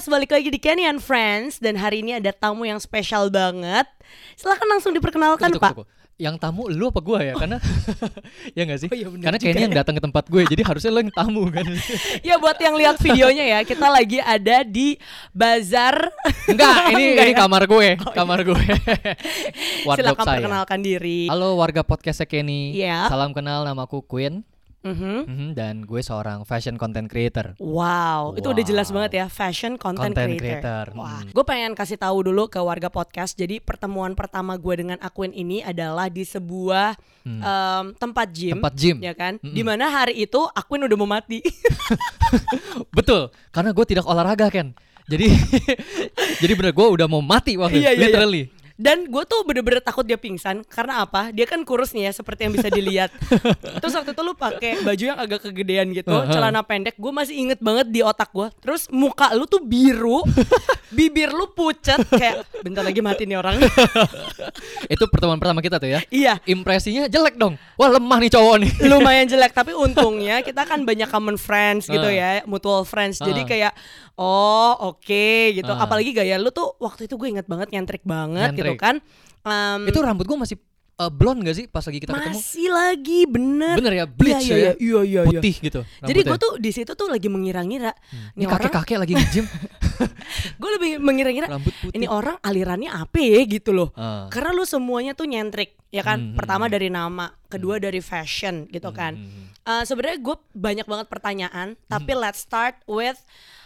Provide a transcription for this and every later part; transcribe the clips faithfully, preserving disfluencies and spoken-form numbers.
Podcast, balik lagi di Kenny and Friends. Dan hari ini ada tamu yang spesial banget. Silahkan langsung diperkenalkan, tunggu, Pak tunggu, tunggu. Yang tamu lu apa gue ya? Oh. Karena ya gak sih? Oh, iya bener Karena juga Kenny yang ya. datang ke tempat gue, jadi harusnya lo yang tamu kan. Ya buat yang lihat videonya ya, kita lagi ada di bazar. Enggak, ini Enggak ini ya? kamar gue, Oh, kamar gue. Wardrobe Silakan saya. perkenalkan diri. Halo warga podcastnya Kenny. Iya. Salam kenal, namaku Queen. Mhm. Mhm, dan gue seorang fashion content creator. Wow, itu Wow. udah jelas banget ya, fashion content, Content creator. creator, Wah, hmm. gue pengen kasih tahu dulu ke warga podcast. Jadi pertemuan pertama gue dengan Aquin ini adalah di sebuah Hmm. em, tempat gym, Tempat gym. ya kan? Mm-mm. Dimana hari itu Aquin udah mau mati. Betul, karena gue tidak olahraga Ken. Jadi jadi bener gue udah mau mati waktu Iya, iya, iya. literally. Dan gue tuh bener-bener takut dia pingsan. Karena apa? Dia kan kurus nih ya, seperti yang bisa dilihat. Terus waktu itu lu pakai baju yang agak kegedean gitu, Uh-huh. celana pendek. Gue masih inget banget di otak gue. Terus muka lu tuh biru, bibir lu pucat. Kayak bentar lagi mati nih orang. Itu pertemuan pertama kita tuh ya. Iya, Impresinya jelek dong. Wah lemah nih cowok nih. lumayan jelek. Tapi untungnya kita kan banyak common friends gitu Uh. ya, mutual friends. Jadi Uh. kayak oh oke gitu. Uh. Apalagi gaya lu tuh waktu itu gue inget banget nyentrik banget Nyentrik. gitu kan. Em, Itu rambut gue masih uh, blonde gak sih pas lagi kita ketemu? masih lagi bener. Bener ya, bleach iya, ya, iya, iya, iya, iya. putih gitu. Jadi gue rambutnya. tuh di situ tuh lagi mengira-ngira, Hmm. ini Ini orang, kakek-kakek lagi nge-gym gue lebih mengira-ngira rambut putih. ini orang alirannya apa ya gitu loh. Ah. Karena lu semuanya tuh nyentrik, ya kan? Hmm, Pertama hmm, dari nama, kedua dari fashion gitu kan. Hmm, hmm, Uh, Sebenarnya gue banyak banget pertanyaan, tapi let's start with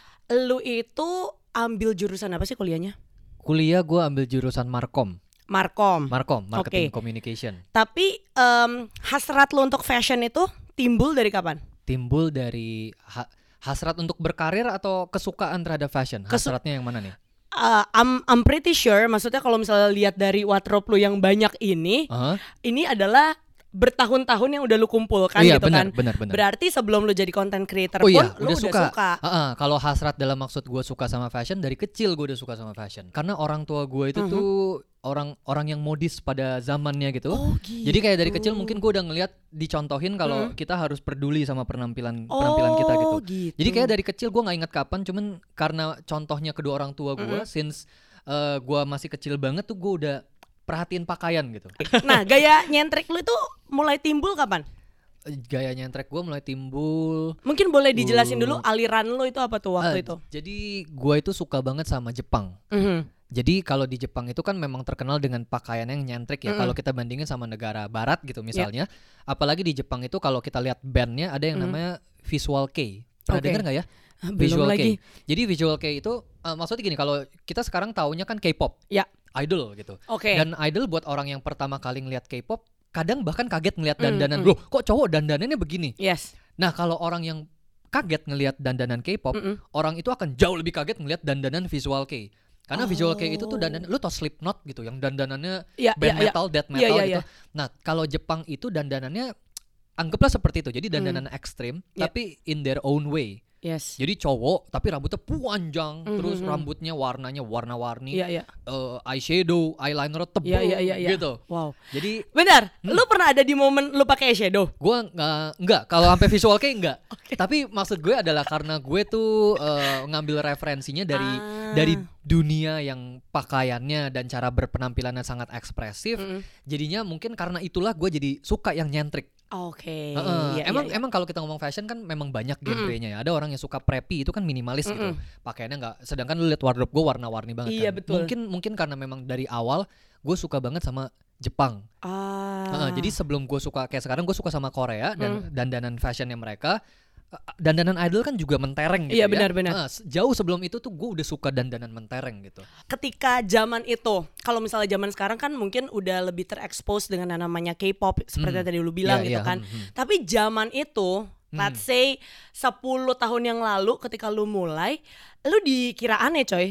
lu itu ambil jurusan apa sih kuliahnya? Kuliah gue ambil jurusan Markom. Markom. Markom, Oke. Marketing Communication. Tapi em, hasrat lu untuk fashion itu timbul dari kapan? Timbul dari ha- hasrat untuk berkarir atau kesukaan terhadap fashion? Kesu- Hasratnya yang mana nih? Uh, I'm, I'm pretty sure, maksudnya kalau misalnya lihat dari wardrobe lu yang banyak ini, Aha. ini adalah bertahun-tahun yang udah lu kumpulkan Iya, gitu kan. benar, benar, benar. Berarti sebelum lu jadi content creator Oh pun iya, lu udah suka. suka. Ah-ah, kalau hasrat dalam maksud gue suka sama fashion, dari kecil gue udah suka sama fashion. Karena orang tua gue itu Mhm. tuh orang orang yang modis pada zamannya gitu. Oh gitu. Jadi kayak dari kecil mungkin gue udah ngeliat dicontohin kalau Mhm. kita harus peduli sama penampilan Oh, penampilan kita gitu. gitu. Jadi kayak dari kecil gue nggak ingat kapan, cuman karena contohnya kedua orang tua gue, Mhm. since uh, gue masih kecil banget tuh gue udah perhatiin pakaian gitu. Nah, gaya nyentrik lu itu mulai timbul kapan? Gaya nyentrek gue mulai timbul. Mungkin boleh dijelasin Uh. dulu aliran lu itu apa tuh waktu Uh, itu? Jadi gue itu suka banget sama Jepang. Mhm. Jadi kalau di Jepang itu kan memang terkenal dengan pakaian yang nyentrik ya. Mm-mm. Kalau kita bandingin sama negara barat gitu misalnya. Apalagi di Jepang itu kalau kita lihat bandnya ada yang Mm. namanya Visual Kei. Pernah Oke. dengar nggak ya? Ah, belum Visual lagi. Kei. Jadi Visual Kei itu uh, maksudnya gini, kalau kita sekarang taunya kan K-pop. Ya. Idol gitu. Oke. Dan idol buat orang yang pertama kali ngeliat K-pop, kadang bahkan kaget ngeliat Mm, dandanan. mm. Loh, kok cowok dandanannya begini? Yes. Nah, kalau orang yang kaget ngeliat dandanan K-pop, Mm-mm. orang itu akan jauh lebih kaget ngeliat dandanan Visual Kei. Karena Visual Kei itu tuh Oh. dandanan, lu tau Slipknot gitu, yang dandanannya Iya, band iya, iya. metal, death Iya, metal iya, gitu. Nah, kalau Jepang itu dandanannya anggaplah seperti itu. Jadi dandanan ekstrim, Yep. tapi in their own way. Yes. Jadi cowok, tapi rambutnya panjang, Mhm, terus mhm. rambutnya warnanya warna-warni, Iya, iya. eh, eyeshadow, eyeliner tebel Iya, iya, iya, iya. gitu. Wow. Jadi Benar, Hmm. lu pernah ada di momen lu pakai eyeshadow? gua nggak nggak kalau sampai Visual Kei nggak. Oke. Tapi maksud gue adalah karena gue tuh eh, ngambil referensinya dari Ah. dari dunia yang pakaiannya dan cara berpenampilannya sangat ekspresif. Mm-mm. Jadinya mungkin karena itulah gue jadi suka yang nyentrik. Oke. Heeh. Iya, emang iya, iya. emang kalau kita ngomong fashion kan memang banyak Mm-mm. genrenya ya. Ada orang yang suka preppy, itu kan minimalis gitu. Mm-mm. Pakaiannya nggak. Sedangkan lu lihat wardrobe gue warna-warni banget Iya, kan. betul. Mungkin mungkin karena memang dari awal gue suka banget sama Jepang. Ah. Heeh, jadi sebelum gue suka kayak sekarang gue suka sama Korea dan Hmm. dandanan fashionnya mereka. eh, Dandanan idol kan juga mentereng gitu Iya, ya. benar-benar. Heeh, se- jauh sebelum itu tuh gue udah suka dandanan mentereng gitu. Ketika zaman itu, kalau misalnya zaman sekarang kan mungkin udah lebih terekspos dengan yang namanya K-pop seperti Hmm. yang tadi lu bilang Iya, gitu iya, kan. hmm, hmm. Tapi zaman itu, let's say sepuluh tahun yang lalu ketika lu mulai, lu dikira aneh coy.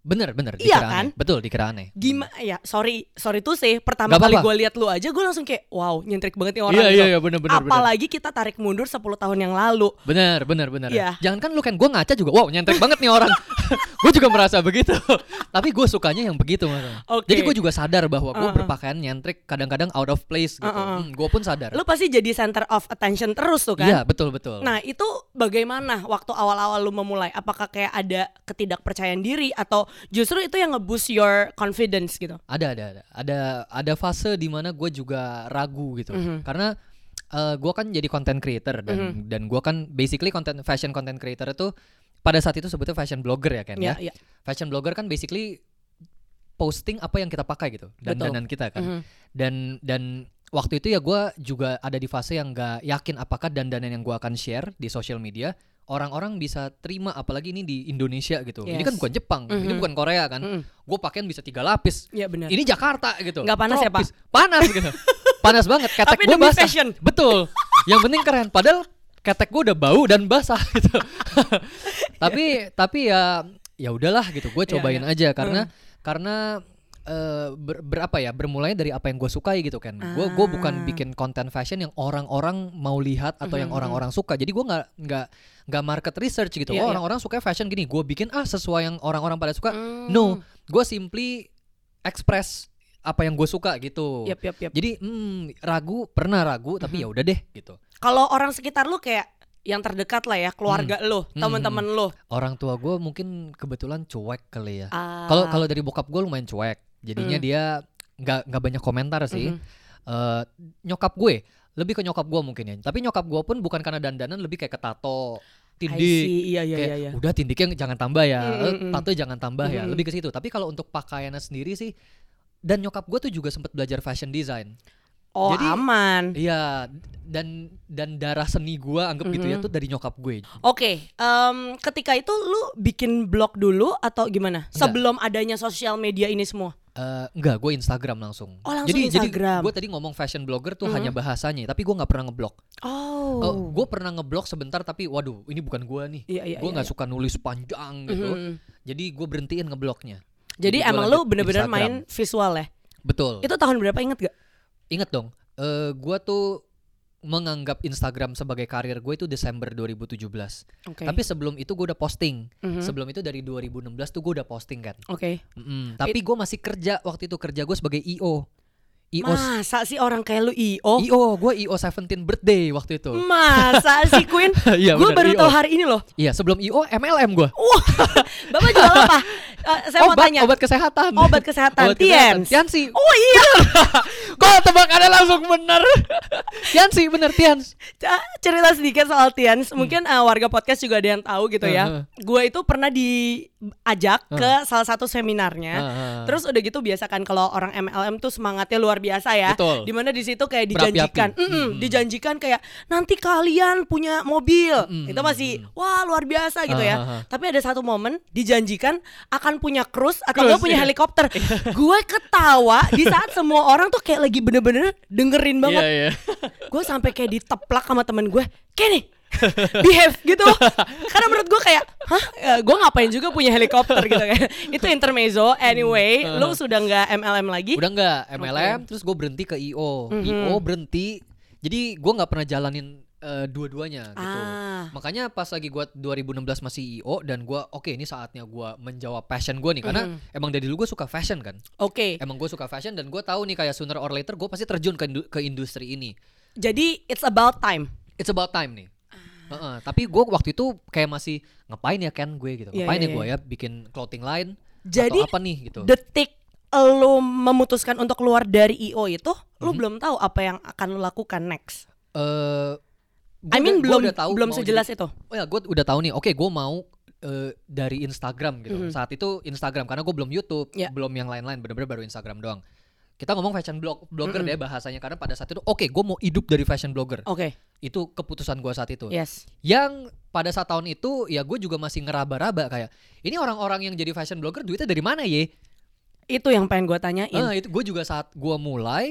Bener bener Iya dikira kan? aneh. Betul dikira aneh. Gimana ya, sorry, sorry tuh sih. Pertama Gak kali apa-apa. gue lihat lu aja, gue langsung kayak, wow, nyentrik banget nih orang Iya gitu. iya iya bener bener bener. Apalagi kita tarik mundur sepuluh tahun yang lalu. Bener bener bener. Iya. Jangan kan lu kan gue ngaca juga, wow nyentrik banget nih orang. Gue juga merasa begitu. Tapi gue sukanya yang begitu maksudnya. Oke. Jadi gue juga sadar bahwa gue Uh-uh. berpakaian nyentrik kadang-kadang out of place gitu. Uh-uh. Hmm, gue pun sadar. Lu pasti jadi center of attention terus tuh kan? Iya betul betul. Nah itu bagaimana waktu awal-awal lu memulai? Apakah kayak ada ketidakpercayaan diri atau justru itu yang nge-boost your confidence gitu? Ada ada ada ada ada fase di mana gue juga ragu gitu. Mhm. Karena uh, gue kan jadi content creator dan Mhm. dan gue kan basically content fashion content creator itu pada saat itu sebetulnya fashion blogger ya kan Iya, ya. iya. Fashion blogger kan basically posting apa yang kita pakai gitu, dandanan kita kan. Mhm. Dan dan waktu itu ya gue juga ada di fase yang gak yakin apakah dandanan yang gue akan share di social media orang-orang bisa terima, apalagi ini di Indonesia gitu. Ini Yes. kan bukan Jepang, ini Mhm. bukan Korea kan. Mhm. Gue pakaian bisa tiga lapis. Iya benar. Ini Jakarta gitu. Nggak panas ya, Pak? Tropis. Panas gitu. Panas banget. Ketek Tapi gue demi basah. fashion. Betul. Yang penting keren. Padahal ketek gue udah bau dan basah gitu. tapi tapi ya ya udahlah gitu. Gue cobain Iya, iya. aja karena karena eh, ber, berapa ya bermulai dari apa yang gue sukai gitu kan. Gue gue bukan Ah. bikin konten fashion yang orang-orang mau lihat atau yang Mhm, orang-orang suka. Jadi gue nggak nggak nggak market research gitu. Iya, Oh iya. orang-orang suka fashion gini. Gue bikin ah sesuai yang orang-orang pada suka. Hmm. No, gue simply express apa yang gue suka gitu. Yap, yap, yap. Jadi hmm, ragu pernah ragu tapi ya udah deh gitu. Kalau orang sekitar lu kayak yang terdekat lah ya, keluarga lu, Hmm, teman-teman lu. Orang tua gue mungkin kebetulan cuek kali ya. Ah. Kalau kalau dari bokap gue lumayan cuek. Jadinya Hmm. dia nggak nggak banyak komentar sih. Mhm. Eh, nyokap gue lebih ke nyokap gue mungkin ya. Tapi nyokap gue pun bukan karena dandanan, lebih kayak ke tato, I tindik. see, iya iya Kayak, iya iya. udah tindiknya jangan tambah ya, Mm, eh, mm, mm. tato jangan tambah ya, Mm, mm. lebih ke situ. Tapi kalau untuk pakaiannya sendiri sih, dan nyokap gue tuh juga sempat belajar fashion design. Oh, jadi- aman. Iya, dan dan darah seni gue anggap gitu ya Mhm. tuh dari nyokap gue. Oke, em, ketika itu lu bikin blog dulu atau gimana? Sebelum adanya sosial media ini semua? Eh, enggak, gue Instagram langsung. Oh, langsung jadi Instagram. jadi gue tadi ngomong fashion blogger tuh Mhm. hanya bahasanya, tapi gue nggak pernah ngeblog. Oh. Oh, gue pernah ngeblog sebentar tapi waduh ini bukan gue nih. Iya, iya, gue iya, nggak iya. suka nulis panjang gitu. Mhm. Jadi gue berhentiin ngeblognya. Jadi gua emang lanjut lu bener-bener Instagram. main visual ya? Betul. Itu tahun berapa, inget gak? Ingat dong. Eh gue tuh menganggap Instagram sebagai karir gue itu Desember dua ribu tujuh belas. Oke. Tapi sebelum itu gue udah posting. Mhm. Sebelum itu dari dua ribu enam belas tuh gue udah posting kan. Oke. Mm-mm. Tapi gue masih kerja waktu itu, kerja gue sebagai I O. I O. Masa sih orang kayak lu I O? I O, gue I O tujuh belas birthday waktu itu. Masa sih Queen? Iya, Gue bener, baru I O. tahu hari ini loh. Iya, sebelum I O M L M gue. Wah, Bapak jual apa? Eh, saya mau obat, tanya. obat kesehatan. Obat kesehatan. Obat kesehatan. Tiens. Tiansi. Oh iya. Kok tebakannya langsung bener. Tiansi bener Tians. Ca- Cerita sedikit soal Tians. Mungkin uh, warga podcast juga ada yang tahu gitu ya. Heeh. Gue itu pernah diajak ke salah satu seminarnya. Heeh. Terus udah gitu biasa kan kalau orang M L M tuh semangatnya luar biasa ya. Betul. Dimana di situ kayak Berapi-api. dijanjikan, Mm-mm, Mm-mm. dijanjikan kayak nanti kalian punya mobil. Mm-mm. Itu masih wah luar biasa gitu ya. Ah. Tapi ada satu momen dijanjikan akan punya cruise atau Cruise, nggak punya iya. helikopter. Gue ketawa di saat semua orang tuh kayak lagi bener-bener dengerin banget. Iya, iya. Gue sampai kayak diteplak sama temen gue, kayak nih behave gitu. Karena menurut gue kayak, hah, ya, gue ngapain juga punya helikopter gitu kayak. Itu intermezzo. Anyway, Hmm. lu sudah nggak M L M lagi? Udah enggak M L M, Oke. terus gue berhenti ke I O. I Mhm. O berhenti. Jadi gue nggak pernah jalanin eh, dua-duanya gitu. Ah. Makanya pas lagi gue dua ribu enam belas masih I O dan gue oke ini saatnya gue menjawab passion gue nih karena Mhm. emang dari dulu gue suka fashion kan. Oke. Emang gue suka fashion dan gue tahu nih kayak sooner or later gue pasti terjun ke, indu- ke industri ini. Jadi it's about time. It's about time nih. Heeh, tapi gue waktu itu kayak masih ngapain ya kan gue gitu. Iya, Ngapain iya, ya gue iya. ya bikin clothing line Jadi atau apa nih gitu. detik lu memutuskan untuk keluar dari I O itu, lu Mhm. belum tahu apa yang akan lu lakukan next. Eh I mean gua belum udah tahu belum mau sejelas jadi- itu. Oh ya, gue udah tahu nih. Oke, gue mau eh, dari Instagram gitu. Mhm. Saat itu Instagram karena gue belum YouTube, Ya. belum yang lain-lain. Bener-bener baru Instagram doang. Kita ngomong fashion blog, blogger Mhm. deh bahasanya karena pada saat itu, oke, gue mau hidup dari fashion blogger. Oke. Itu keputusan gue saat itu. Yes. Yang pada saat tahun itu, ya gue juga masih ngeraba-raba kayak, ini orang-orang yang jadi fashion blogger duitnya dari mana ye? Itu yang pengen gue tanyain. Ah, itu gue juga saat gue mulai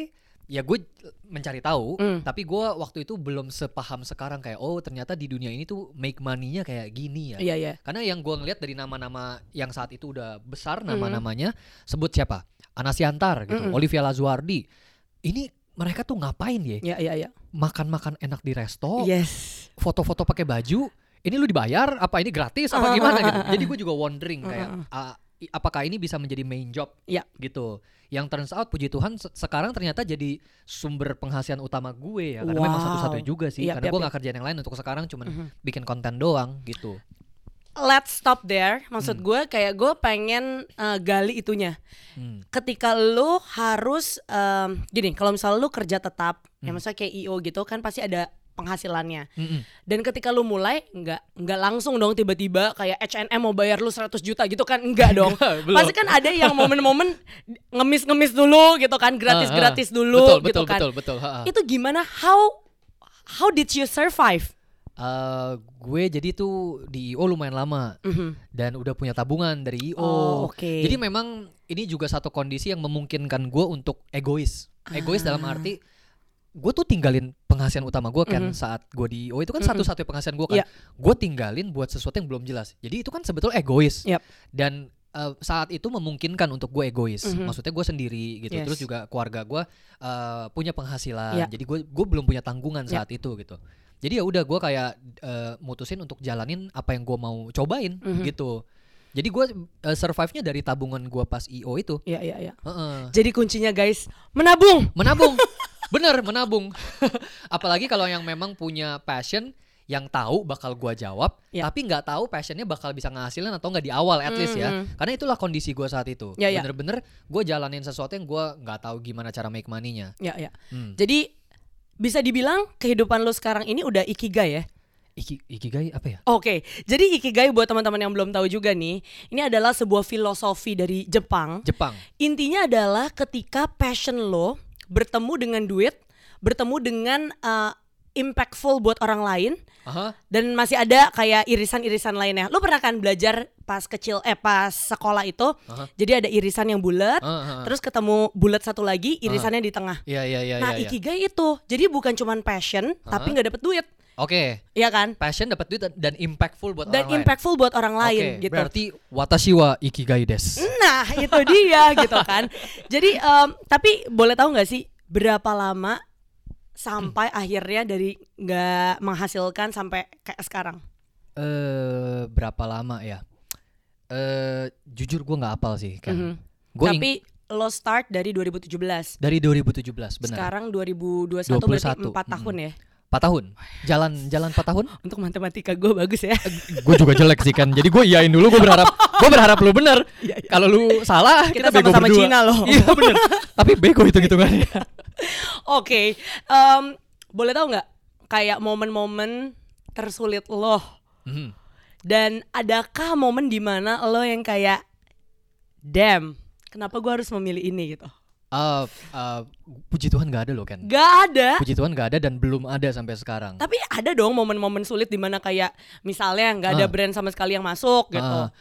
ya gue mencari tahu, Mm. tapi gue waktu itu belum sepaham sekarang kayak oh ternyata di dunia ini tuh make money-nya kayak gini ya. Iya, iya. Karena yang gue ngeliat dari nama-nama yang saat itu udah besar Mm. nama-namanya, sebut siapa? Anas Yantar gitu, Mm-mm. Olivia Lazuardi. Ini mereka tuh ngapain ya? Iya, iya, iya. Makan-makan enak di resto, Yes. foto-foto pakai baju. Ini lu dibayar? Apa ini gratis? Apa gimana gitu? Jadi gue juga wondering kayak uh, apakah ini bisa menjadi main job Iya. gitu. Yang turns out puji Tuhan se- sekarang ternyata jadi sumber penghasilan utama gue ya. Karena Wow. memang satu-satunya juga sih. Yap, Karena yap, gue yap. gak kerjaan yang lain untuk sekarang cuman Mhm. bikin konten doang gitu. Let's stop there. Maksud Hmm. gue kayak gue pengen uh, gali itunya. Hmm. Ketika lu harus um, gini, kalau misalnya lu kerja tetap, ya Hmm. misalnya kayak I O gitu kan pasti ada penghasilannya. Mm-mm. Dan ketika lu mulai nggak nggak langsung dong tiba-tiba kayak H and M mau bayar lu seratus juta gitu kan, enggak dong. Belum. Pasti kan ada yang momen-momen ngemis-ngemis dulu gitu kan, gratis-gratis Ah, ah. dulu betul, gitu betul, kan. Betul, betul, betul. Itu gimana, how how did you survive? Uh, gue jadi tuh di I O lumayan lama Mhm. dan udah punya tabungan dari I O. Oh, oke. Jadi memang ini juga satu kondisi yang memungkinkan gue untuk egois. Egois Ah. dalam arti gue tuh tinggalin penghasilan utama gue kan Mhm. saat gue di I O itu kan Mhm. satu-satunya penghasilan gue kan. Iya. Gue tinggalin buat sesuatu yang belum jelas. Jadi itu kan sebetulnya egois. Yap. Dan uh, saat itu memungkinkan untuk gue egois. Mhm. Maksudnya gue sendiri gitu. Yes. Terus juga keluarga gue uh, punya penghasilan. Iya. Jadi gue gue belum punya tanggungan Iya. saat itu gitu. Jadi ya udah gue kayak uh, mutusin untuk jalanin apa yang gue mau cobain Mhm. gitu. Jadi gue uh, survive-nya dari tabungan gue pas I O itu. Iya, iya, iya. Heeh. Jadi kuncinya guys, menabung. Menabung. Bener, menabung. Apalagi kalau yang memang punya passion yang tahu bakal gua jawab, Ya. tapi nggak tahu passionnya bakal bisa ngasilin atau nggak di awal at least ya. Mhm. Karena itulah kondisi gua saat itu. Ya, ya. Bener-bener gua jalanin sesuatu yang gua nggak tahu gimana cara make money-nya. Ya, ya. Hmm. Jadi bisa dibilang kehidupan lo sekarang ini udah ikigai ya? Iki, ikigai apa ya? Oke, jadi ikigai buat teman-teman yang belum tahu juga nih, ini adalah sebuah filosofi dari Jepang. Jepang. Intinya adalah ketika passion lo bertemu dengan duit, bertemu dengan uh, impactful buat orang lain, Aha. dan masih ada kayak irisan-irisan lainnya. Lo pernah kan belajar pas kecil, eh pas sekolah itu, Aha. jadi ada irisan yang bulat, Aha. terus ketemu bulat satu lagi, irisannya di tengah. Iya iya iya. Nah iya, iya. ikigai itu, jadi bukan cuman passion, tapi nggak dapet duit, Oke. iya kan? Passion dapat duit dan- dan impactful buat Dan orang lain. impactful buat orang lain Oke, gitu. berarti watashi wa ikigai desu. Nah itu dia gitu kan. Jadi em, tapi boleh tahu nggak sih berapa lama sampai akhirnya dari nggak menghasilkan sampai kayak sekarang? Eh berapa lama ya? Eh jujur gue nggak hafal sih kan. Mhm. Gua ing- Tapi lo start dari dua ribu tujuh belas. dari dua ribu tujuh belas benar. Sekarang dua ribu dua puluh satu berarti dua puluh satu. empat Mm-mm. tahun ya. empat tahun. Jalan jalan empat tahun? Untuk matematika gue bagus ya. Gue juga jelek sih kan. Jadi gue iyain dulu, gue berharap gue berharap lu bener. Kalau lu salah kita, Kita bego sama-sama berdua. Cina loh. Iya bener. Tapi bego hitung-hitungannya. Oke, em, boleh tahu nggak kayak momen-momen tersulit lo? Mhm. Dan adakah momen di mana lo yang kayak damn, kenapa gue harus memilih ini gitu? Uh, uh, puji Tuhan gak ada loh kan. Gak ada. Puji Tuhan gak ada dan belum ada sampai sekarang. Tapi ada dong momen-momen sulit di mana kayak misalnya nggak ada Ah. brand sama sekali yang masuk gitu. Uh,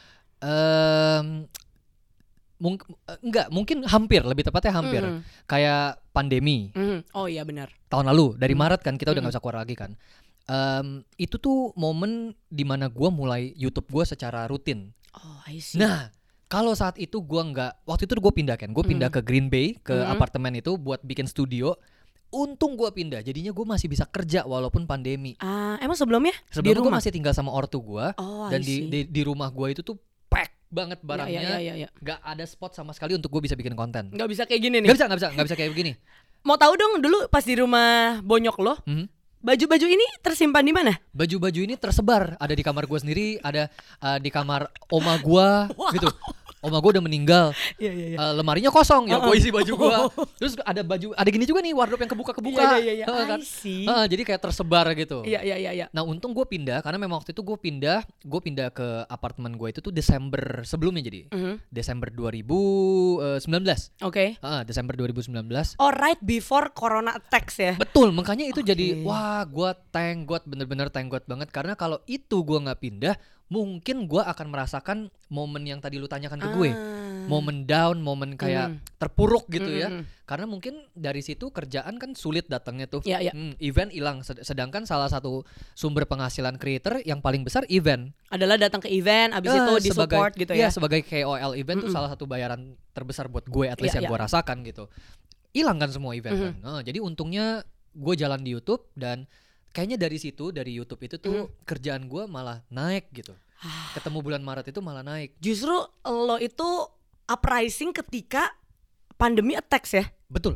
um, mung- eh, enggak, mungkin hampir, lebih tepatnya hampir. Mhm. Kayak pandemi Mhm. Oh iya benar. tahun lalu dari Maret kan kita udah Mhm. nggak bisa keluar lagi kan. Um, itu tuh momen dimana gue mulai YouTube gue secara rutin. Oh I see. Nah, kalau saat itu gue nggak, waktu itu gue pindah kan, gue pindah Mhm. ke Green Bay ke Mhm. apartemen itu buat bikin studio. Untung gue pindah, jadinya gue masih bisa kerja walaupun pandemi. Ah, emang sebelumnya di Sebelumnya gue rumah? masih tinggal sama ortu gue Oh dan I di, see. di di rumah gue itu tuh pack banget Ya, barangnya, ya, ya, ya, ya. nggak ada spot sama sekali untuk gue bisa bikin konten. Nggak bisa kayak gini nih. Nggak bisa, nggak bisa, nggak bisa kayak begini. Mau tahu dong dulu pas di rumah bonyok lo, Mhm. baju-baju ini tersimpan di mana? Baju-baju ini tersebar, ada di kamar gue sendiri, ada uh, di kamar oma gue, gitu. Oma gue udah meninggal, Iya iya iya. uh, lemarinya kosong, ya gue Uh-uh. isi baju gue. Terus ada baju, ada gini juga nih wardrobe yang kebuka-kebuka. Iya iya iya. Heeh, kan? I see. Heeh, jadi kayak tersebar gitu. Iya iya iya iya. Nah untung gue pindah karena memang waktu itu gue pindah, gue pindah ke apartemen gue itu tuh Desember sebelumnya jadi Mhm. Desember dua ribu sembilan belas. Oke. Heeh, Desember dua ribu sembilan belas. Oh right before Corona attacks ya. Betul, makanya itu Oke. jadi wah gue thank God, bener-bener thank God banget karena kalau itu gue nggak pindah mungkin gue akan merasakan momen yang tadi lu tanyakan ke gue, Ah. momen down, momen kayak Mm. terpuruk gitu Mm, ya. mm, mm. Karena mungkin dari situ kerjaan kan sulit datangnya tuh. Iya, iya. Hmm, event hilang. Sed- Sedangkan salah satu sumber penghasilan creator yang paling besar event. Adalah datang ke event, abis Eh, itu di sebagai- support gitu iya, ya. sebagai K O L event tuh Mm-mm. salah satu bayaran terbesar buat gue, at least Iya, yang iya. gue rasakan gitu. Hilang kan semua event Mhm. kan. Nah, jadi untungnya gue jalan di YouTube dan kayaknya dari situ, dari YouTube itu tuh Mhm. kerjaan gue malah naik gitu. Ketemu bulan Maret itu malah naik. Justru lo itu uprising ketika pandemi attacks ya. Betul,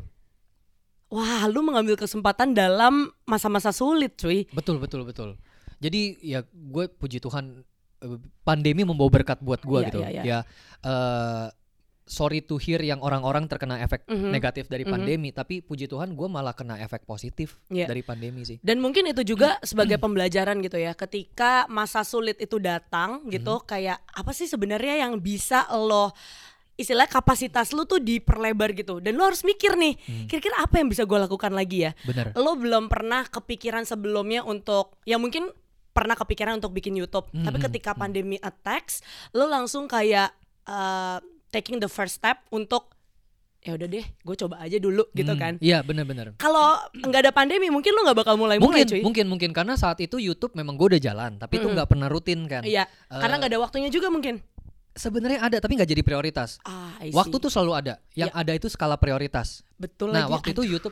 Wah, lu mengambil kesempatan dalam masa-masa sulit, cuy. betul, betul, betul. Jadi ya gue puji Tuhan, eh, pandemi membawa berkat buat gue Iya, gitu. iya, iya. Ya, eh, sorry to hear yang orang-orang terkena efek Mhm. negatif dari Mhm. pandemi, tapi puji Tuhan gue malah kena efek positif Iya. dari pandemi sih. Dan mungkin itu juga sebagai pembelajaran gitu ya. Ketika masa sulit itu datang gitu, kayak apa sih sebenarnya yang bisa lo, istilahnya kapasitas lu tuh diperlebar gitu. Dan lo harus mikir nih, kira-kira apa yang bisa gue lakukan lagi ya. Bener. Lo belum pernah kepikiran sebelumnya untuk, ya mungkin pernah kepikiran untuk bikin YouTube, Hmm, tapi hmm, ketika pandemi attacks, lo langsung kayak uh, taking the first step untuk ya udah deh, gue coba aja dulu gitu Hmm, kan. Iya, bener-bener. Kalau nggak ada pandemi, mungkin lo nggak bakal mulai Mungkin, mulai cuy. mungkin, mungkin karena saat itu YouTube memang gue udah jalan, tapi itu Mm-mm. nggak pernah rutin kan. Iya, Eh, karena nggak ada waktunya juga mungkin. Sebenarnya ada, tapi nggak jadi prioritas. Ah, I see. Waktu tuh selalu ada, yang Ya. ada itu skala prioritas. betul Nah, lagi. waktu itu YouTube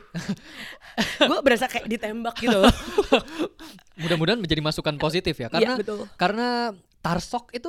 gue berasa kayak ditembak gitu. mudah-mudahan menjadi masukan positif ya, Iya karena betul. karena tarsok itu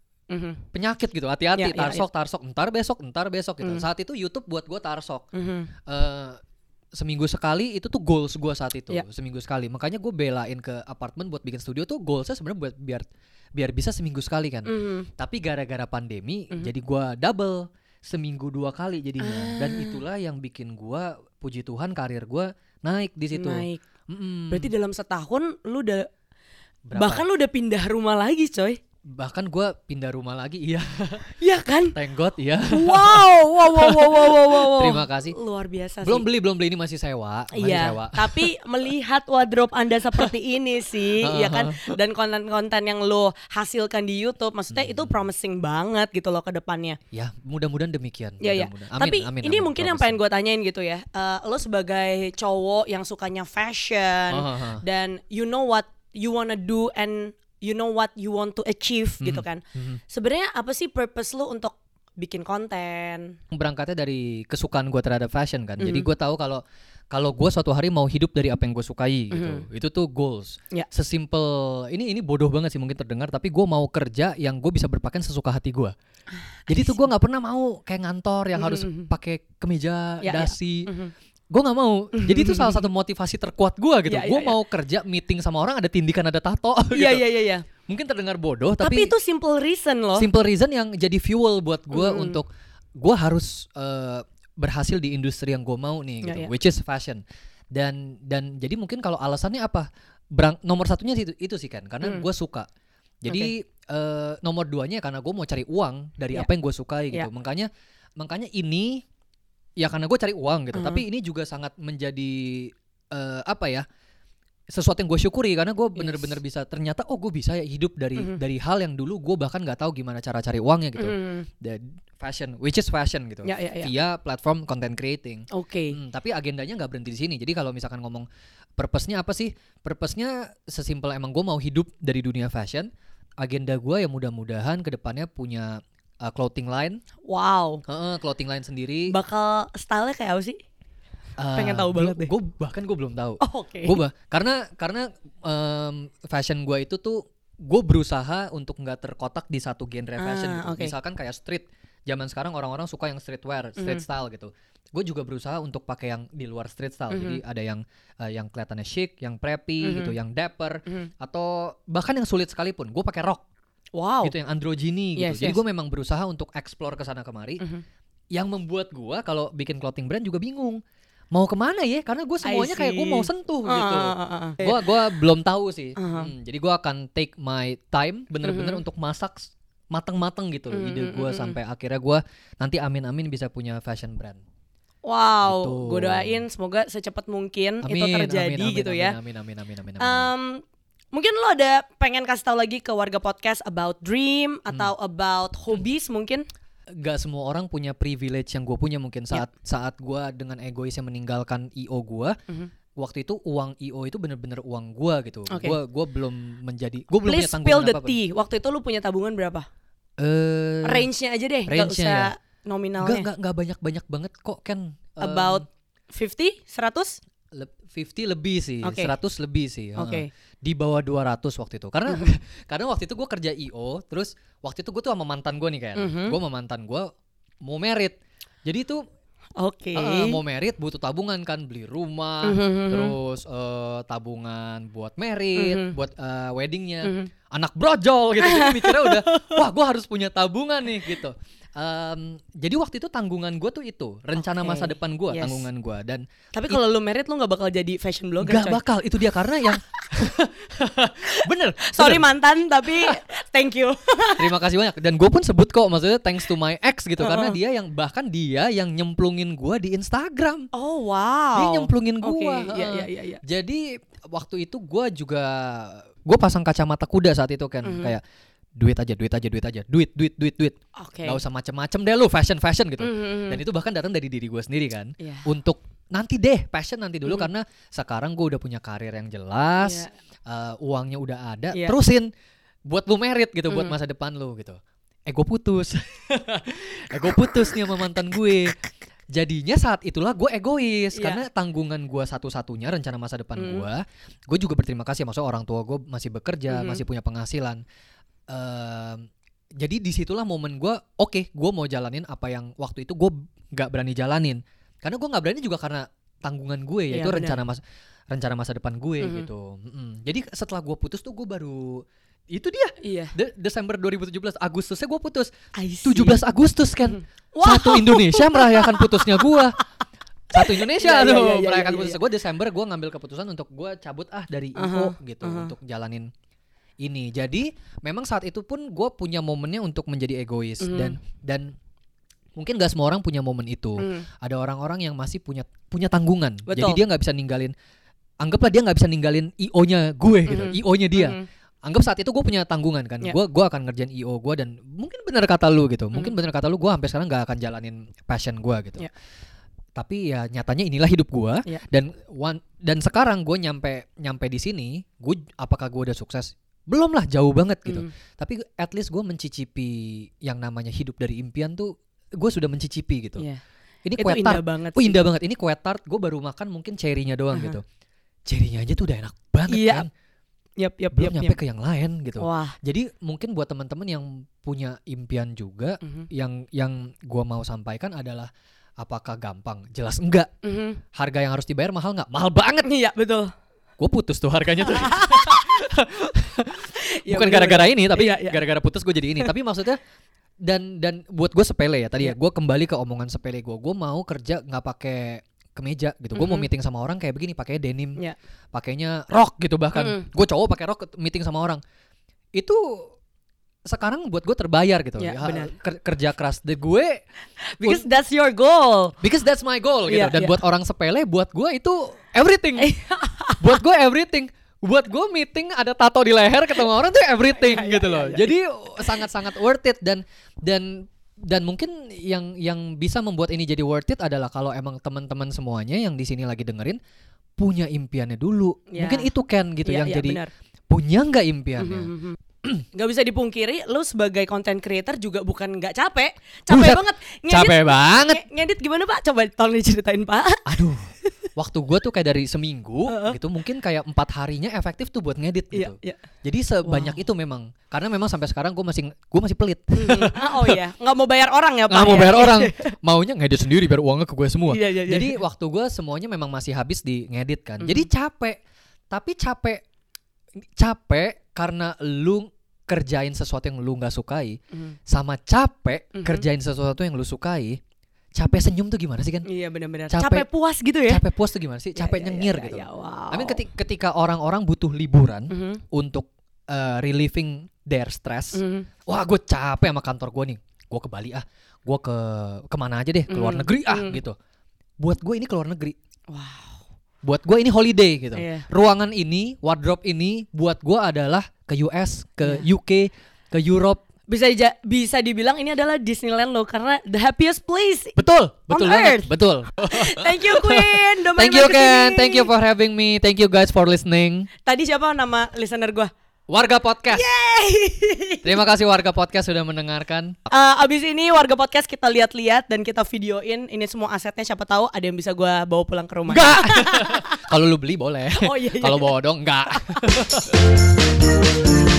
Mhm, penyakit gitu, hati-hati. Iya, iya, tarsok, tarsok, entar besok, entar besok gitu. Mm. Saat itu YouTube buat gue tarsok. mhm. Eh, seminggu sekali itu tuh goals gue saat itu, Iya. seminggu sekali. Makanya gue belain ke apartemen buat bikin studio tuh goalsnya sebenarnya buat biar biar bisa seminggu sekali kan. Mhm. Tapi gara-gara pandemi Mhm. jadi gue double seminggu dua kali jadinya. Ah. Dan itulah yang bikin gue, puji Tuhan, karir gue naik di situ. Naik. Mm-mm. Berarti dalam setahun lu udah Berapa? bahkan lu udah pindah rumah lagi, coy. Bahkan gue pindah rumah lagi, iya. Iya kan? Thank God, iya. Wow, wow, wow, wow, wow, wow, wow. Terima kasih. Luar biasa Belum sih. beli, belum beli, ini masih sewa. Masih Iya, sewa. tapi melihat wardrobe Anda seperti ini sih, ya kan, dan konten-konten yang lo hasilkan di YouTube, maksudnya itu promising banget gitu loh ke depannya. Ya, mudah-mudahan demikian. Ya ya. Mudah-mudahan. Amin, Tapi amin, ini amin, mungkin yang promising. pengen gue tanyain gitu ya. Eh, lo sebagai cowok yang sukanya fashion Oh, oh, oh. dan you know what you wanna do and you know what you want to achieve gitu kan. Mhm. Sebenarnya apa sih purpose lo untuk bikin konten? Berangkatnya dari kesukaan gue terhadap fashion kan. Jadi Mhm. gue tahu kalau kalau gue suatu hari mau hidup dari apa yang gue sukai gitu. Itu tuh goals. Ya. Sesimpel ini ini bodoh banget sih mungkin terdengar, tapi gue mau kerja yang gue bisa berpakaian sesuka hati gue. Jadi tuh gue nggak pernah mau kayak ngantor yang harus Mhm. pakai kemeja Ya, ya. dasi. Mhm. Gue nggak mau. Jadi itu salah satu motivasi terkuat gue gitu. Ya, ya, Gue ya. mau kerja meeting sama orang ada tindikan, ada tato. Iya gitu. iya iya iya. Mungkin terdengar bodoh, Tapi, tapi, itu simple reason loh. simple reason yang jadi fuel buat gue Mm. untuk gue harus eh, berhasil di industri yang gue mau nih, Ya, gitu, ya. which is fashion. Dan dan jadi mungkin kalau alasannya apa? Berang, nomor satunya sih itu, itu sih kan, karena Mm. gue suka. Jadi eh, nomor duanya karena gue mau cari uang dari Ya. apa yang gue sukai gitu. Ya. Makanya makanya ini ya karena gue cari uang gitu. Mm. Tapi ini juga sangat menjadi eh, apa ya? Sesuatu yang gue syukuri karena gue bener-bener bisa ternyata oh gue bisa ya hidup dari Mhm. dari hal yang dulu gue bahkan nggak tahu gimana cara cari uangnya gitu. Mhm. Dan fashion, which is fashion gitu, Ya, ya, ya. via platform content creating. Oke. Hmm, tapi agendanya nggak berhenti di sini. Jadi kalau misalkan ngomong purpose-nya apa sih? Purpose-nya sesimpel emang gue mau hidup dari dunia fashion. Agenda gue ya mudah-mudahan kedepannya punya uh, clothing line, Wow. Heeh, clothing line sendiri. Bakal style-nya kayak apa sih? pengen tahu banget deh. Gue bahkan gue belum tahu. Oh, oke. Gue bah karena karena em, fashion gue itu tuh gue berusaha untuk nggak terkotak di satu genre Ah, fashion gitu. oke. Misalkan kayak street, zaman sekarang orang-orang suka yang streetwear, street Mhm. style gitu. Gue juga berusaha untuk pakai yang di luar street style. Mhm. Jadi ada yang eh, yang kelihatannya chic, yang preppy Mhm. gitu, yang dapper, Mhm. atau bahkan yang sulit sekalipun. Gue pakai rok Wow. gitu, yang androgyny gitu. Yes, Jadi yes. gue memang berusaha untuk explore ke sana kemari. Mhm. Yang membuat gue kalau bikin clothing brand juga bingung mau kemana ya, karena gue semuanya kayak gue see. mau sentuh Ah, gitu. ah, ah, ah. Gue gua belum tahu sih. Uh-huh. Hmm, jadi gue akan take my time bener-bener Mhm. untuk masak s- mateng-mateng gitu Mhm, ide mhm, gue mhm. sampai akhirnya gue nanti amin-amin bisa punya fashion brand. Wow, Gitu. gue doain semoga secepat mungkin Amin, itu terjadi amin, amin, gitu amin, ya. Amin amin amin amin amin. amin. Em, Mungkin lo ada pengen kasih tahu lagi ke warga podcast about dream atau hmm. about hobbies mungkin? Gak semua orang punya privilege yang gue punya mungkin saat yeah. saat gue dengan egoisnya meninggalkan I O gue. Mm-hmm. Waktu itu uang I O itu bener-bener uang gue gitu. Gue okay. gue belum menjadi gue belum Please punya tanggungan apapun. Please spill the tea. Waktu itu lo punya tabungan berapa? Uh, range-nya aja deh, range-nya gak usah ya. Nominalnya. Gak, gak, gak banyak-banyak banget kok Ken. Um, About fifty, seratus? lima puluh lebih sih, okay. seratus lebih sih. Okay. Uh, di bawah dua ratus waktu itu. Karena karena waktu itu gue kerja I O, terus waktu itu gue tuh sama mantan gue nih kan. Mm-hmm. Gue sama mantan gue mau merit. Jadi itu Oke. Okay. Uh, mau merit butuh tabungan kan, beli rumah, mm-hmm. terus uh, tabungan buat merit, mm-hmm. buat uh, weddingnya. Mm-hmm. Anak brojol gitu. Jadi mikirnya udah, wah gue harus punya tabungan nih gitu. Um, jadi waktu itu tanggungan gue tuh itu rencana okay. masa depan gue, yes. tanggungan gue. Dan tapi kalau it, lu merit lu nggak bakal jadi fashion blogger. Gak coy. bakal, itu dia karena yang bener. Sorry bener. mantan tapi thank you. Terima kasih banyak. Dan gue pun sebut kok, maksudnya thanks to my ex gitu, uh-uh. karena dia yang bahkan dia yang nyemplungin gue di Instagram. Oh wow. Dia nyemplungin gue. Okay. Uh, yeah, yeah, yeah, yeah. Jadi waktu itu gue juga gue pasang kacamata kuda saat itu kan, mm-hmm. kayak duit aja, duit aja, duit aja, duit, duit, duit, duit. Okay. Gak usah macem-macem deh lu, fashion, fashion gitu. Mm-hmm. Dan itu bahkan datang dari diri gue sendiri kan. Yeah. Untuk nanti deh, passion nanti dulu, mm-hmm. karena sekarang gue udah punya karir yang jelas, yeah. uh, uangnya udah ada, yeah. terusin buat lu merit gitu, mm-hmm. buat masa depan lu gitu. Eh gue putus, eh gue putus nih sama mantan gue. Jadinya saat itulah gue egois, yeah. karena tanggungan gue satu-satunya, rencana masa depan mm-hmm. gue. Gue juga berterima kasih, maksudnya orang tua gue masih bekerja, mm-hmm. masih punya penghasilan. Uh, jadi disitulah momen gue, oke, okay, gue mau jalanin apa yang waktu itu gue nggak berani jalanin, karena gue nggak berani juga karena tanggungan gue, yaitu yeah, rencana masa rencana masa depan gue mm-hmm. gitu. Mm-hmm. Jadi setelah gue putus tuh gue baru itu dia, iya. De- Desember dua ribu tujuh belas, Agustusnya gue putus, tujuh belas Agustus kan, mm-hmm. wow. Satu Indonesia merayakan putusnya gue. Satu Indonesia tuh yeah, yeah, yeah, merayakan yeah, yeah, putusnya gue. Desember gue ngambil keputusan untuk gue cabut ah dari I O uh-huh, gitu uh-huh. untuk jalanin ini. Jadi memang saat itu pun gue punya momennya untuk menjadi egois, mm. dan dan mungkin gak semua orang punya momen itu. Mm. Ada orang-orang yang masih punya punya tanggungan. Betul. Jadi dia nggak bisa ninggalin. Anggaplah dia nggak bisa ninggalin I O-nya gue gitu, mm. I O-nya dia. Mm. Anggap saat itu gue punya tanggungan kan. Gue yeah. gue akan ngerjain I O gue, dan mungkin benar kata lu gitu. Mungkin mm. benar kata lu, gue sampai sekarang nggak akan jalanin passion gue gitu. Yeah. Tapi ya nyatanya inilah hidup gue. Yeah. Dan one, dan sekarang gue nyampe nyampe di sini. Gue apakah gue udah sukses? Belum lah, jauh banget gitu. Mm. Tapi at least gue mencicipi yang namanya hidup dari impian tuh. Gue sudah mencicipi gitu. Yeah. Ini kue tart. Indah banget. Oh indah banget. Ini kue tart. Gue baru makan mungkin cherry-nya doang uh-huh. gitu. Cherry-nya aja tuh udah enak banget yeah. kan. Yep, yep, Belum yep, nyampe yep. ke yang lain gitu. Wah. Jadi mungkin buat teman-teman yang punya impian juga, uh-huh. yang yang gue mau sampaikan adalah, apakah gampang? Jelas enggak. Uh-huh. Harga yang harus dibayar mahal nggak? Mahal banget. Iya betul. Gue putus tuh harganya tuh. ya, bukan bener, gara-gara bener. ini, tapi iya, iya. gara-gara putus gue jadi ini. Tapi maksudnya dan dan buat gue sepele ya tadi yeah. ya. Gue kembali ke omongan sepele gue. Gue mau kerja nggak pakai kemeja gitu. Gue mm-hmm. mau meeting sama orang kayak begini, pakai denim, yeah. pakainya rok gitu bahkan. Mm-hmm. Gue cowok pakai rok meeting sama orang. Itu sekarang buat gue terbayar gitu. Yeah, ya, ker- kerja keras de gue. Because that's your goal. Because that's my goal gitu. Yeah, Dan yeah. buat orang sepele, buat gue itu everything. Buat gue everything. Buat gue meeting ada tato di leher ketemu orang tuh everything yeah, gitu yeah, loh. Yeah, yeah. Jadi sangat-sangat worth it, dan dan dan mungkin yang yang bisa membuat ini jadi worth it adalah kalau emang teman-teman semuanya yang di sini lagi dengerin punya impiannya dulu. Yeah. Mungkin itu kan gitu yeah, yang yeah, jadi benar. Punya nggak impiannya. Mm-hmm. Gak bisa dipungkiri, lu sebagai content creator juga bukan gak capek. Capek Buset, banget ngedit, Capek banget ng- Ngedit gimana pak? Coba tolong diceritain pak. Aduh, waktu gue tuh kayak dari seminggu uh-uh. gitu, mungkin kayak empat harinya efektif tuh buat ngedit gitu. yeah, yeah. Jadi sebanyak wow. itu memang. Karena memang sampai sekarang gue masih gue masih pelit. mm-hmm. Oh iya, gak mau bayar orang ya pak. Gak mau ya? bayar orang. Maunya ngedit sendiri biar uangnya ke gue semua. yeah, yeah, yeah. Jadi waktu gue semuanya memang masih habis di ngedit kan. mm-hmm. Jadi capek. Tapi capek Capek karena lu kerjain sesuatu yang lu gak sukai, mm. sama capek mm-hmm. kerjain sesuatu yang lu sukai. Capek senyum tuh gimana sih kan? Iya benar-benar. Capek, capek puas gitu ya? Capek puas tuh gimana sih? Capek ya, nyengir ya, gitu. Ya, wow. I mean ketika, ketika orang-orang butuh liburan mm-hmm. untuk uh, relieving their stress, mm-hmm. wah gue capek sama kantor gue nih. Gue ke Bali ah, gue ke kemana aja deh, ke luar mm-hmm. negeri ah mm-hmm. gitu. Buat gue ini ke luar negeri. Wow. buat gue ini holiday gitu. Iya. Ruangan ini, wardrobe ini buat gue adalah ke U S, ke U K, ke Europe. Bisa ja- bisa dibilang ini adalah Disneyland lo karena the happiest place. Betul, betul On banget, earth. betul. Thank you Queen, udah Thank main-main you Ken, kesini. thank you for having me, thank you guys for listening. Tadi siapa nama listener gue? Warga Podcast. Yay! Terima kasih Warga Podcast sudah mendengarkan. Uh, abis ini Warga Podcast kita lihat-lihat dan kita videoin ini semua asetnya, siapa tahu ada yang bisa gue bawa pulang ke rumah. Enggak. Kalau lu beli boleh. Oh, iya, iya. Kalau bawa dong enggak.